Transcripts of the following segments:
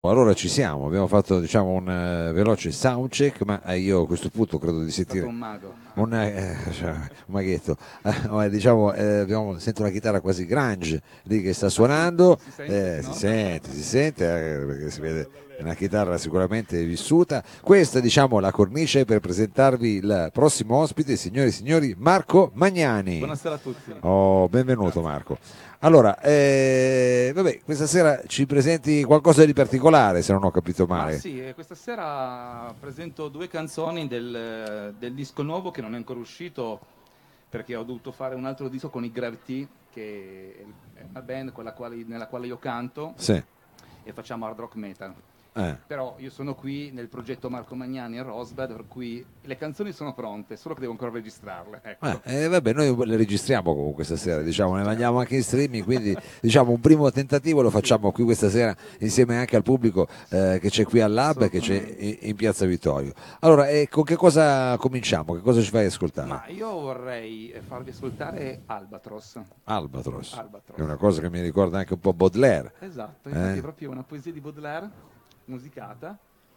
Allora ci siamo, abbiamo fatto diciamo un veloce soundcheck, ma io a questo punto credo di È stato sentire un mago. cioè, un maghetto. Ma diciamo, sento una chitarra quasi grunge lì che sta Ah sì? suonando, Si sente, si nota? si sente, perché si vede Molto è una bene. chitarra sicuramente vissuta. Questa è diciamo la cornice per presentarvi il prossimo ospite, signori e signori, Marco Magnani. Buonasera a tutti. Oh, benvenuto Grazie. Marco. Allora, vabbè, questa sera ci presenti qualcosa di particolare, se non ho capito Ma male. sì, questa sera presento due canzoni del disco nuovo che non è ancora uscito perché ho dovuto fare un altro disco con i Gravity, che è una band nella quale io canto Sì. e facciamo hard rock metal. Eh. Però io sono qui nel progetto Marco Magnani e Rosbad, per cui le canzoni sono pronte, solo che devo ancora registrarle. Ecco. Vabbè, noi le registriamo comunque stasera, Sì, diciamo, ne certo. mandiamo anche in streaming, quindi diciamo un primo tentativo lo Sì, facciamo qui questa sera insieme anche al pubblico che c'è qui al Lab e che c'è assolutamente. in Piazza Vittorio. Allora, con che cosa cominciamo? Che cosa ci fai ascoltare? Ma io vorrei farvi ascoltare Albatros. Albatros, che è Albatros. una cosa che mi ricorda anche un po' Baudelaire. Esatto, infatti è Eh? proprio una poesia di Baudelaire, musicata,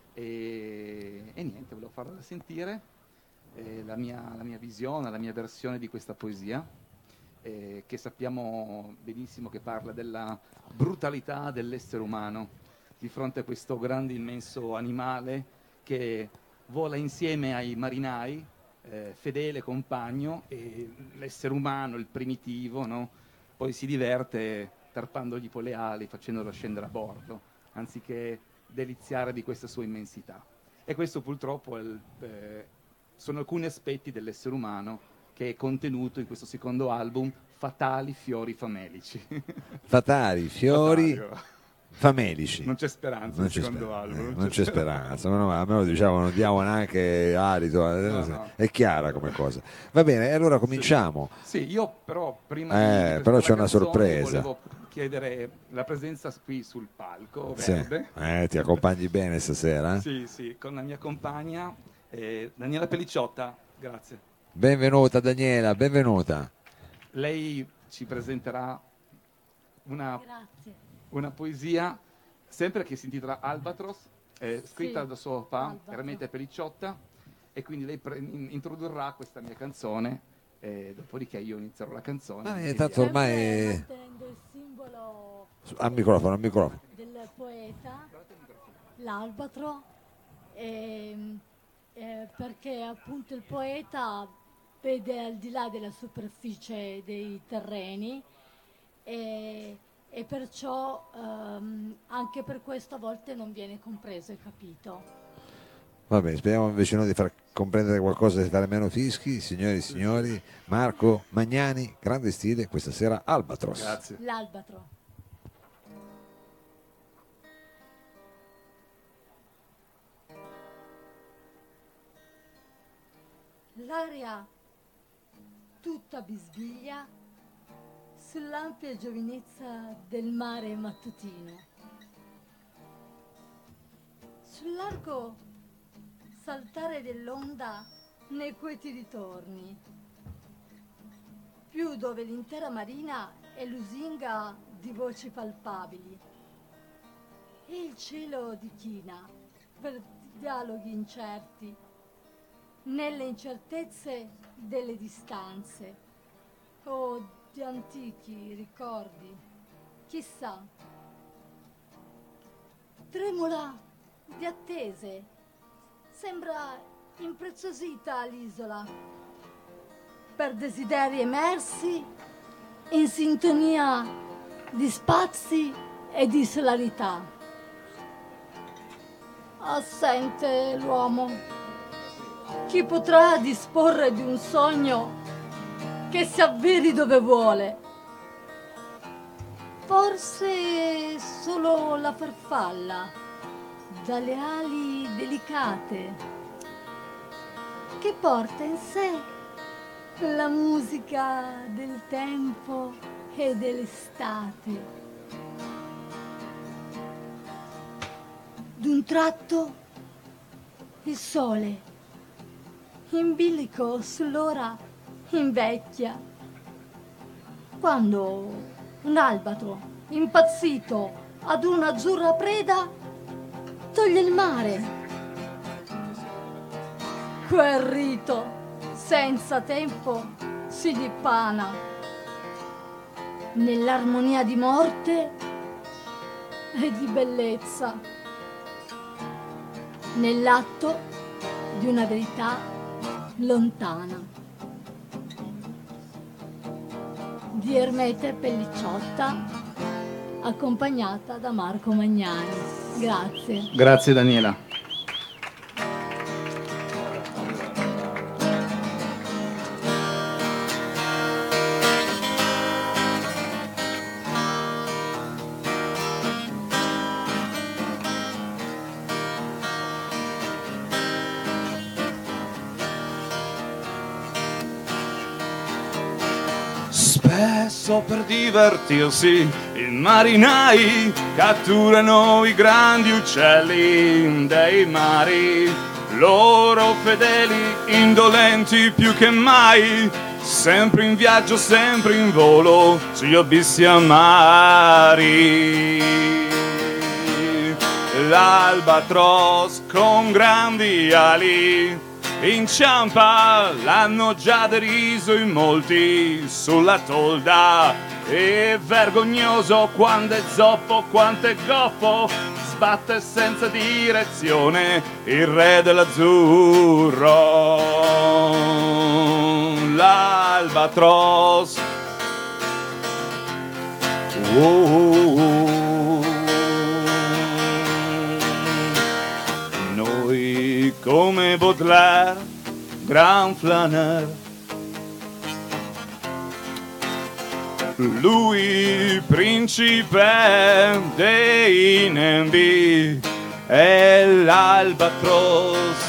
e niente, volevo farla sentire, la mia visione, la mia versione di questa poesia, che sappiamo benissimo che parla della brutalità dell'essere umano di fronte a questo grande, immenso animale che vola insieme ai marinai, fedele compagno, e l'essere umano, il primitivo, no? Poi si diverte tarpandogli poi le ali, facendolo scendere a bordo, anziché deliziare di questa sua immensità. E questo purtroppo sono alcuni aspetti dell'essere umano che è contenuto in questo secondo album, Fatali fiori famelici. Fatali, fiori, Fatali, oh. famelici. Non c'è speranza Non nel c'è, secondo album, non non c'è c'è speranza. speranza, ma no, ma almeno diciamo non diamo neanche alito, No, no. è chiara come cosa. Va bene, allora Sì. cominciamo. Sì, io però prima di Però presentare la c'è una canzone sorpresa. volevo chiedere la presenza qui sul palco Sì, verde. ti accompagni bene stasera? Sì, sì, con la mia compagna Daniela Pellicciotta, grazie. Benvenuta Daniela, benvenuta. Lei ci presenterà una, Grazie. una poesia, sempre che si intitola Albatros, scritta Sì, da suo papà, Albatro. Ermete Pellicciotta, e quindi lei introdurrà questa mia canzone, dopodiché io inizierò la canzone e via. Tanto Sempre ormai mantenendo il simbolo al microfono, al microfono. del poeta, l'albatro, ehm, perché appunto il poeta vede al di là della superficie dei terreni e perciò anche per questo a volte non viene compreso e capito. Va bene, speriamo invece noi di far comprendere qualcosa, di fare meno fischi, signori e Sì, sì. signori. Marco Magnani, grande stile, questa sera Albatros. Grazie. L'albatro. L'aria tutta bisbiglia sull'ampia giovinezza del mare mattutino. Sul largo saltare dell'onda nei queti ritorni, più dove l'intera marina è lusinga di voci palpabili e il cielo di china per dialoghi incerti nelle incertezze delle distanze o di antichi ricordi. Chissà, tremola di attese, sembra impreziosita l'isola per desideri emersi in sintonia di spazi e di solarità. Assente l'uomo. Chi potrà disporre di un sogno che si avveri dove vuole? Forse solo la farfalla, dalle ali delicate, che porta in sé la musica del tempo e dell'estate. D'un tratto il sole, in bilico sull'ora, invecchia. Quando un albatro, impazzito ad una azzurra preda, toglie il mare. Quel rito senza tempo si dippana nell'armonia di morte e di bellezza, nell'atto di una verità lontana. Di Ermete Pellicciotta, accompagnata da Marco Magnani. Grazie. Grazie Daniela. Spesso per divertirsi i marinai catturano i grandi uccelli dei mari, loro fedeli, indolenti più che mai, sempre in viaggio, sempre in volo sugli abissi amari. L'albatros con grandi ali inciampa, l'hanno già deriso in molti sulla tolda, e vergognoso quando è zoppo, quanto è goffo, sbatte senza direzione il re dell'azzurro. L'albatros noi come Baudelaire, Grand Flaneur, lui principe dei nembi è l'albatros.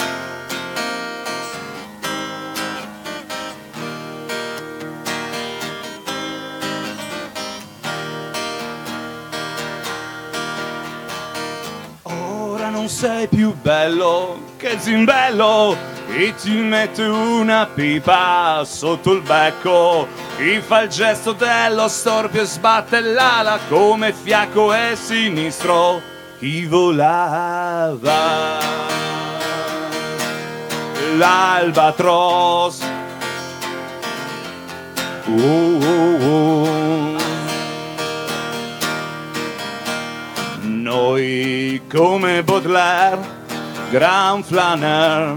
Ora non sei più bello che Zimbello, e ti mette una pipa sotto il becco, chi fa il gesto dello storpio e sbatte l'ala come fiacco e sinistro, chi volava. L'albatros noi come Baudelaire, Grand Flaneur,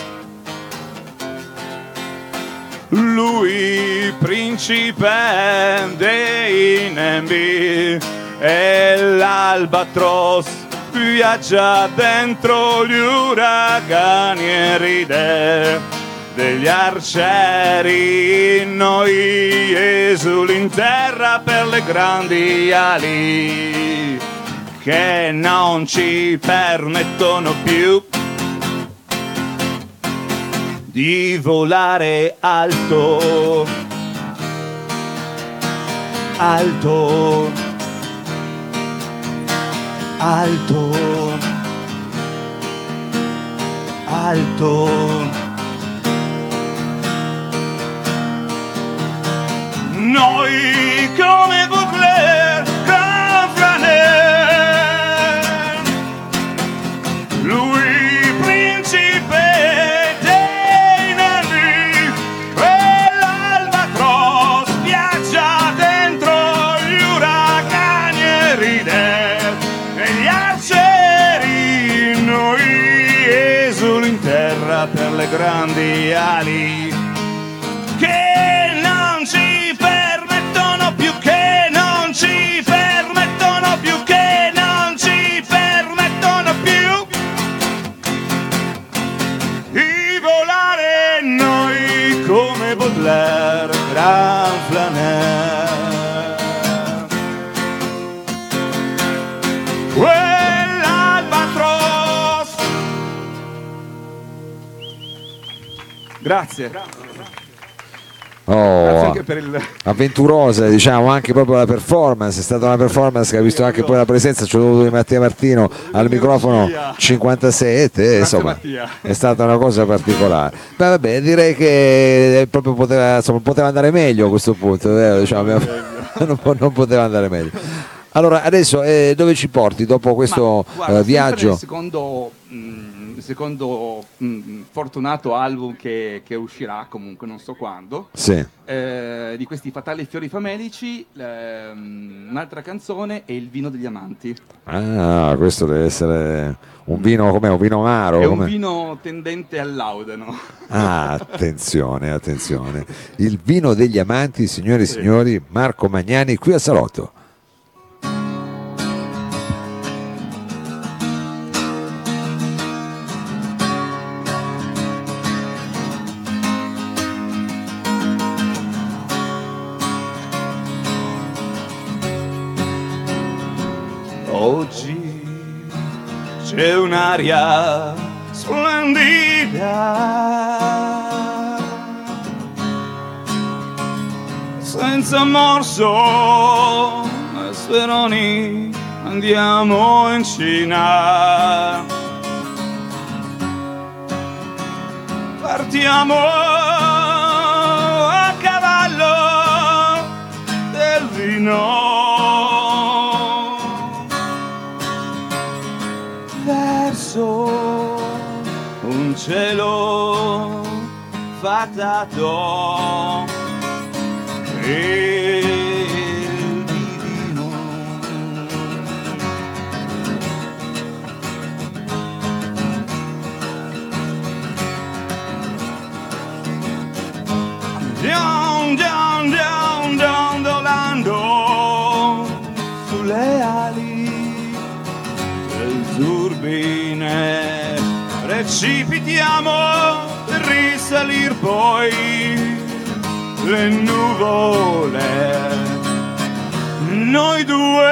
lui principe dei nembi e l'albatros viaggia dentro gli uragani e ride degli arcieri, noi esuli in terra per le grandi ali che non ci permettono più di volare alto, alto, alto, alto. Noi come Baudelaire, Grand Flaneur, lui principe dei nembi e l'albatros viaggia dentro gli uragani e ride degli arcieri, noi esuli in terra per le grandi ali che non ci permettono più, che non ci permettono più, che non ci permettono più di volare, noi come Baudelaire, Grand Flaneur. Quell'albatros. Grazie. Oh, Anche per il... avventurosa, diciamo, anche proprio la performance. È stata una performance che ha visto anche poi la presenza, c'è dovuto di Mattia Martino al microfono 57, insomma Mattia. è stata una cosa particolare. Ma vabbè, direi che proprio poteva andare meglio a questo punto, vero? Diciamo, non poteva andare meglio. Allora, adesso dove ci porti dopo questo Ma, guarda, viaggio? il secondo fortunato album che uscirà comunque non so quando, Sì. di questi fatali fiori famelici, un'altra canzone è Il vino degli amanti. Ah, questo deve essere un vino, com'è? Un vino amaro? È un com'è? vino tendente al laudano. Ah, attenzione, attenzione. Il vino degli amanti, signori e signori, Marco Magnani qui a Salotto. Oggi c'è un'aria splendida, senza morso e speroni andiamo in Cina. Partiamo a cavallo del vino verso un cielo fatato e divino. Down, down, down, down, dolando sulle ali del turbine, precipitiamo per risalir poi le nuvole. Noi due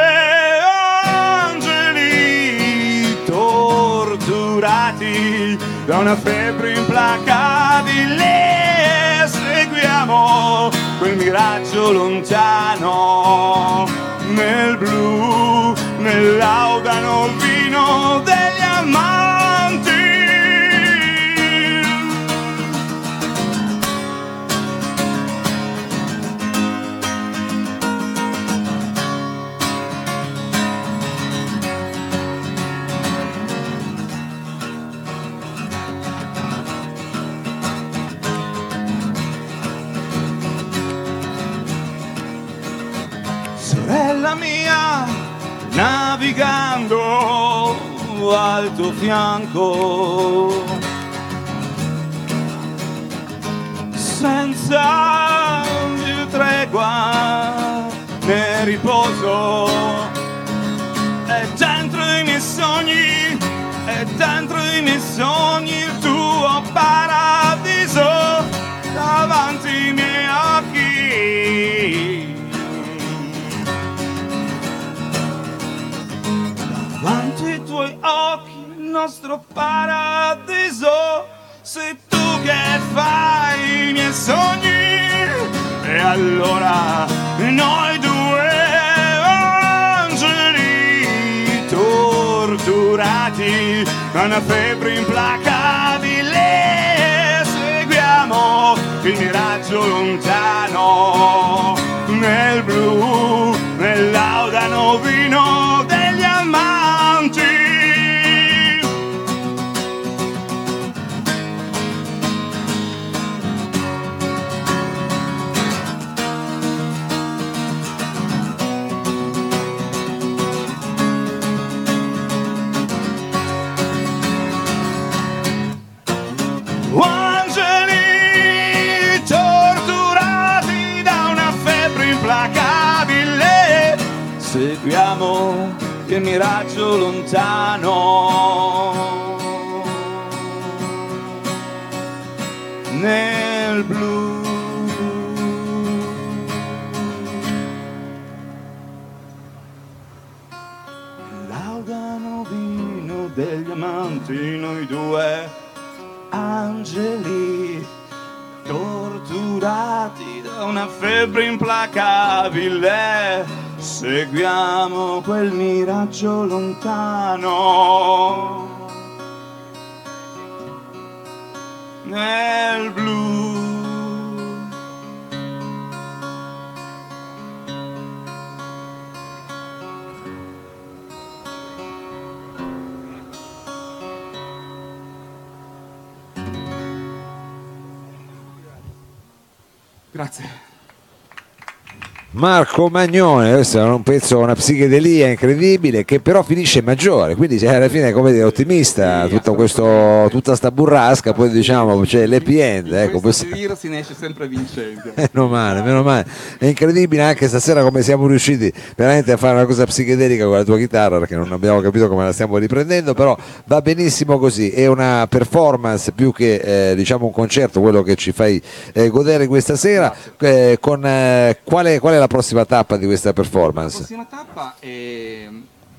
angeli torturati da una febbre implacabile, seguiamo quel miraggio lontano nel blu, nel laudano vino degli amanti. Sorella mia, navigando al tuo fianco, senza più tregua né riposo, e dentro i miei sogni, e dentro i miei sogni il tuo paradiso davanti ai miei occhi. Davanti ai tuoi occhi il nostro paradiso, sei tu che fai i miei sogni, e allora noi due angeli torturati da una febbre implacabile, seguiamo il miraggio lontano nel blu, nel laudano vino degli amanti. Angeli torturati da una febbre implacabile, seguiamo il miraggio lontano nel blu. Laudano vino degli amanti, noi due angeli torturati da una febbre implacabile, seguiamo quel miraggio lontano nel blu. Grazie. Marco Magnone, questo è un pezzo, una psichedelia incredibile che però finisce maggiore, quindi alla fine come dire ottimista, Sì, tutta sta burrasca, poi diciamo c'è l'happy end, ecco, questo giro si ne esce sempre vincenti. meno male, è incredibile anche stasera come siamo riusciti veramente a fare una cosa psichedelica con la tua chitarra, perché non abbiamo capito come la stiamo riprendendo, però va benissimo così, è una performance più che diciamo un concerto, quello che ci fai godere questa sera, con qual è la prossima tappa di questa performance? La prossima tappa è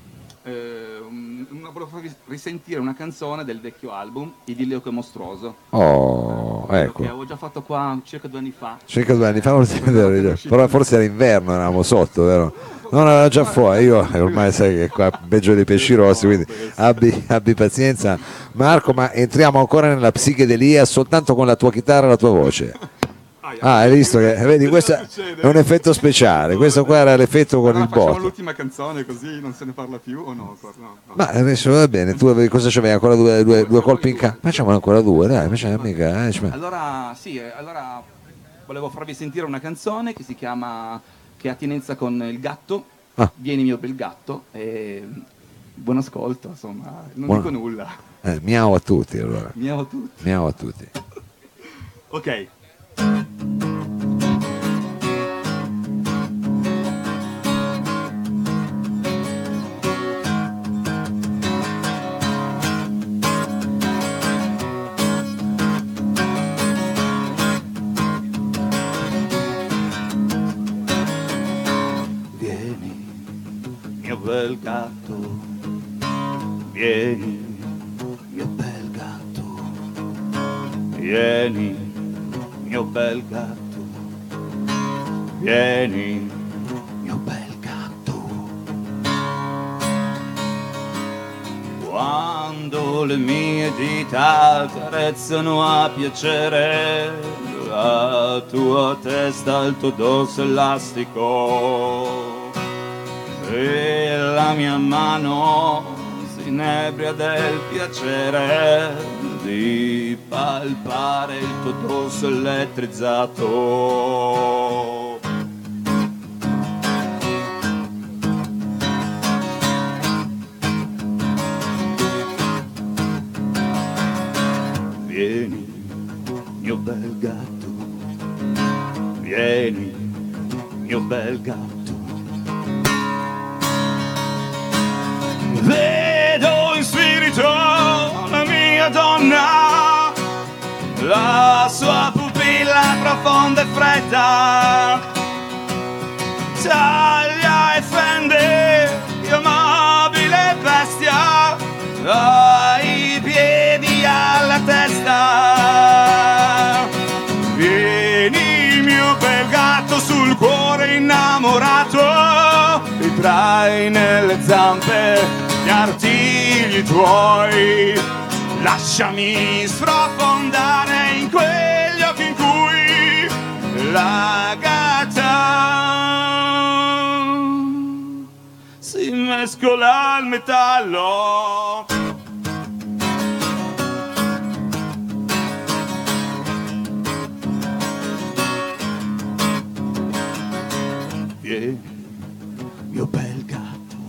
volevo farvi risentire una canzone del vecchio album Idillio che mostruoso. Oh, ecco. Che avevo già fatto qua circa 2 anni fa. Circa 2 anni fa, però forse era inverno, eravamo sotto, vero? Non era già fuori, io ormai sai che qua peggio dei pesci rossi, quindi abbi pazienza. Marco, ma entriamo ancora nella psichedelia soltanto con la tua chitarra e la tua voce. Hai visto che vedi, questo è un effetto speciale, questo qua era l'effetto con il Facciamo botto. l'ultima canzone così non se ne parla più o no? No. Ma adesso va bene, tu cosa c'avevi ancora due colpi in campo? Facciamo ancora due, dai, facciamo mica. Allora volevo farvi sentire una canzone che si chiama, che ha attinenza con il gatto. Vieni mio bel gatto, e buon ascolto, insomma, non dico nulla. Miau a tutti allora. Miau a tutti. Miau a tutti. Ok. Bel gatto, vieni, mio bel gatto, vieni, mio bel gatto, vieni, mio bel gatto. Quando le mie dita carezzano a piacere la tua testa, il tuo dorso elastico, e la mia mano si inebria del piacere di palpare il tuo dorso elettrizzato. Vieni, mio bel gatto, vieni, mio bel gatto. Vedo in spirito la mia donna, la sua pupilla profonda e fredda, taglia e fende io mobile bestia, dai piedi alla testa. Vieni mio bel gatto sul cuore innamorato, ritrai nelle zampe gli artigli tuoi, lasciami sprofondare in quegli occhi in cui la gatta si mescola al metallo. Vieni, mio bel gatto.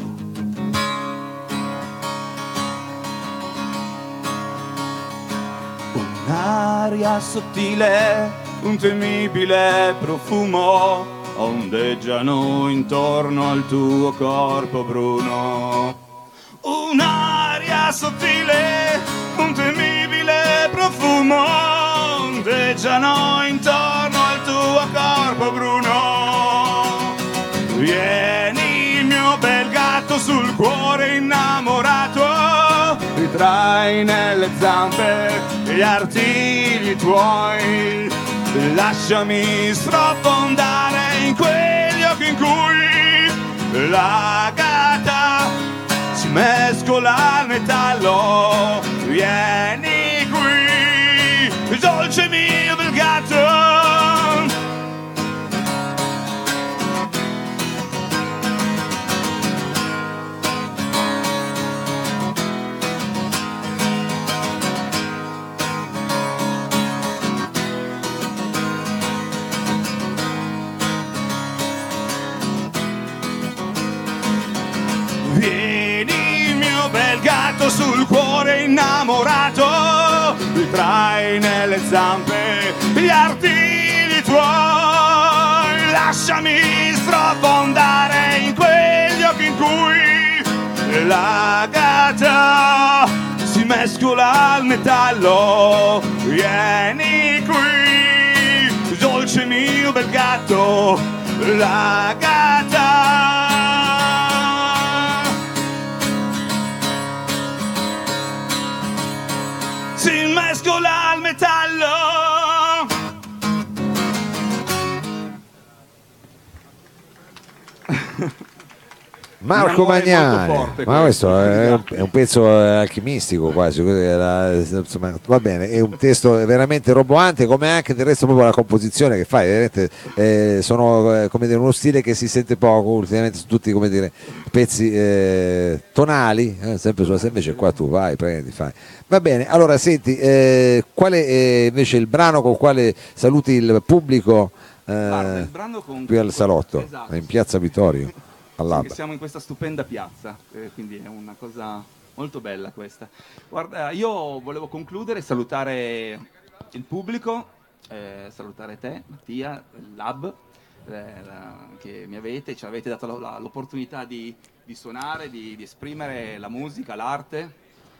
Un'aria sottile, un temibile profumo ondeggiano intorno al tuo corpo bruno. Un'aria sottile, un temibile profumo ondeggiano intorno al tuo corpo bruno. Vieni mio bel gatto sul cuore innamorato, ritrai nelle zampe gli artigli tuoi, lasciami sprofondare in quegli occhi in cui la gatta si mescola al metallo. Vieni qui, dolce mio bel gatto. sul cuore innamorato, ritrai nelle zampe gli artigli tuoi. Lasciami sprofondare in quegli occhi in cui l'agata si mescola al metallo. Vieni qui, dolce mio bel gatto, l'agata si mescola al metallo. Marco Magnani, forte ma questo è questo. un pezzo alchimistico quasi, insomma, va bene, è un testo veramente roboante, come anche del resto proprio la composizione che fai, veramente, sono come dire, uno stile che si sente poco ultimamente su tutti, come dire, pezzi tonali, sempre sulla invece qua tu vai, prendi, fai. Va bene, allora senti, quale è invece il brano con quale saluti il pubblico Guarda, il brano con qui al salotto, esatto, in piazza Vittorio? sì, che siamo in questa stupenda piazza, quindi è una cosa molto bella questa. Guarda, io volevo concludere, salutare il pubblico, salutare te, Mattia, il Lab, che ci avete dato l'opportunità di suonare, di esprimere la musica, l'arte.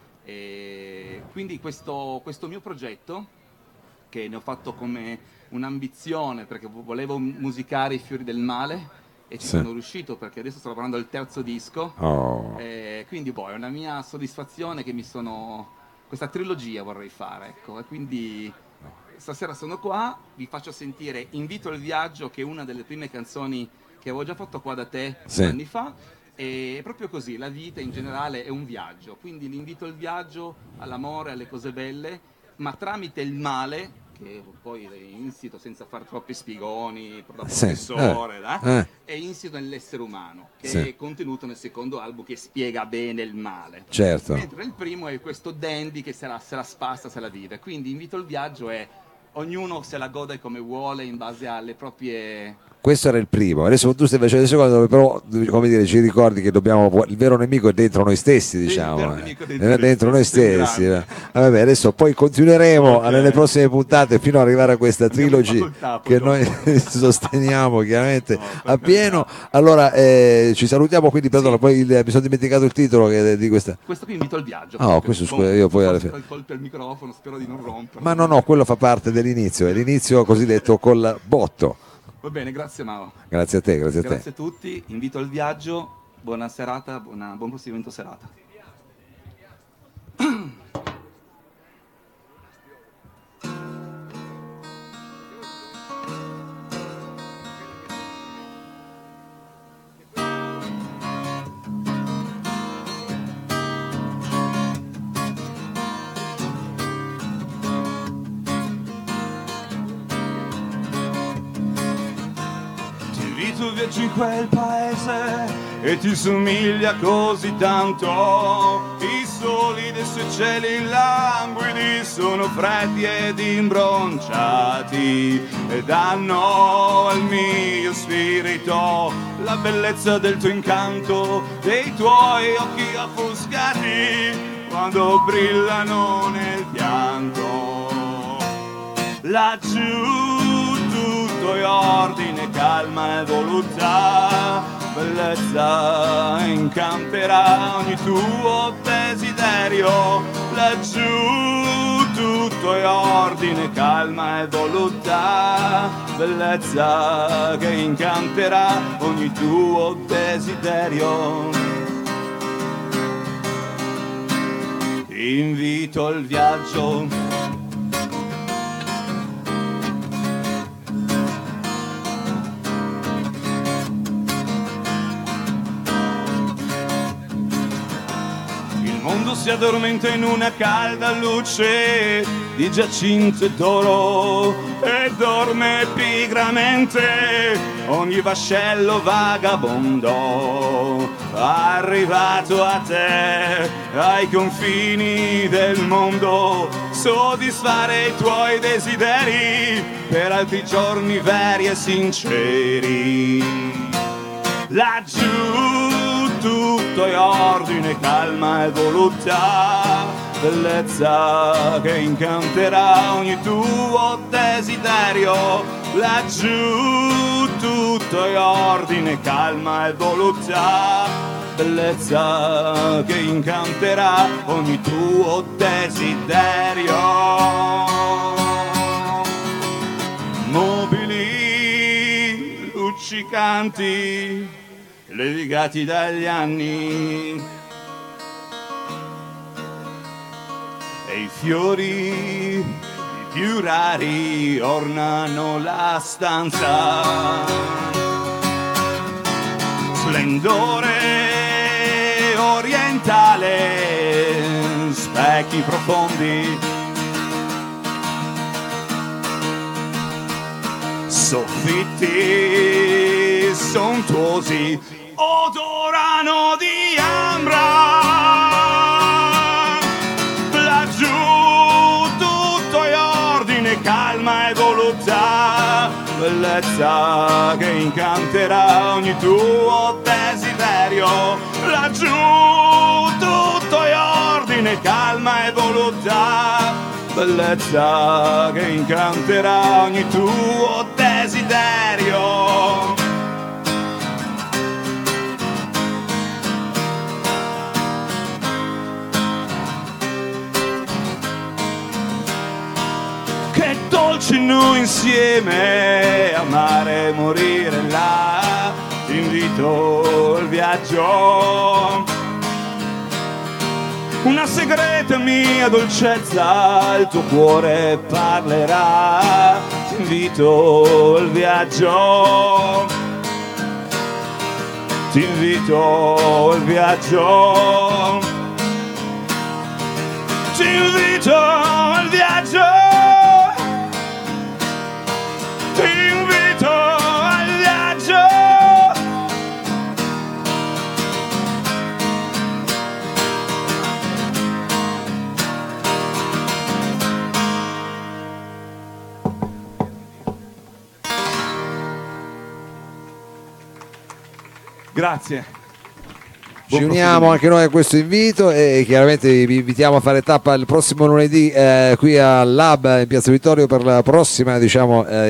E quindi questo mio progetto, che ne ho fatto come un'ambizione, perché volevo musicare i Fiori del Male, e ci sono riuscito, perché adesso sto lavorando al terzo disco. Quindi è una mia soddisfazione che questa trilogia vorrei fare, ecco. E quindi stasera sono qua, vi faccio sentire Invito al viaggio, che è una delle prime canzoni che avevo già fatto qua da te anni fa. E è proprio così, la vita in generale è un viaggio, quindi l'invito al viaggio, all'amore, alle cose belle, ma tramite il male, che poi è insito, senza fare troppi spigoni, da professore, è insito nell'essere umano, che è contenuto nel secondo album, che spiega bene il male. Certo. Mentre il primo è questo dandy che se la spassa, se la vive. Quindi invito al viaggio è ognuno se la gode come vuole in base alle proprie... Questo era il primo, adesso tu stai facendo il secondo, dove però, come dire, ci ricordi che il vero nemico è dentro noi stessi, diciamo, è dentro noi stessi. Vabbè, adesso poi continueremo nelle prossime puntate fino ad arrivare a questa trilogy che noi sosteniamo chiaramente appieno. Allora ci salutiamo, quindi perdona, poi mi sono dimenticato il titolo di questa. Questo qui invito al viaggio. Questo scusa, io poi alla fine. Ho colto il microfono, spero di non rompere. Ma no, quello fa parte dell'inizio, è l'inizio cosiddetto col botto. Va bene, grazie Mao. Grazie a te, grazie a te. Grazie a tutti, invito al viaggio, buona serata, buon proseguimento serata. Tu viaggi in quel paese e ti somiglia così tanto. I soli dei suoi cieli languidi sono freddi ed imbronciati e danno al mio spirito la bellezza del tuo incanto, dei tuoi occhi offuscati quando brillano nel pianto. Laggiù tutto è ordine, calma e voluttà, bellezza incamperà ogni tuo desiderio. Laggiù tutto è ordine, calma e voluttà, bellezza che incamperà ogni tuo desiderio. Ti invito al viaggio. Il mondo si addormenta in una calda luce di giacinto e d'oro e dorme pigramente ogni vascello vagabondo arrivato a te ai confini del mondo. Soddisfare i tuoi desideri per altri giorni veri e sinceri. Laggiù tu tutto è ordine, calma e volontà, bellezza che incanterà ogni tuo desiderio. Laggiù tutto è ordine, calma e volontà, bellezza che incanterà ogni tuo desiderio. Mobili luccicanti, levigati dagli anni, e i fiori più rari ornano la stanza. Splendore orientale, specchi profondi, soffitti sontuosi odorano di ambra. Calma e volontà, bellezza che incanterà ogni tuo desiderio. Laggiù tutto è ordine, calma e volontà, bellezza che incanterà ogni tuo desiderio. Che dolce noi insieme, amare e morire là. Ti invito al viaggio, una segreta mia dolcezza il tuo cuore parlerà. Ti invito al viaggio, ti invito al viaggio, ti invito al viaggio. Ti invito al viaggio. Grazie. Ci uniamo anche noi a questo invito e chiaramente vi invitiamo a fare tappa il prossimo lunedì qui al Lab in Piazza Vittorio per la prossima, diciamo,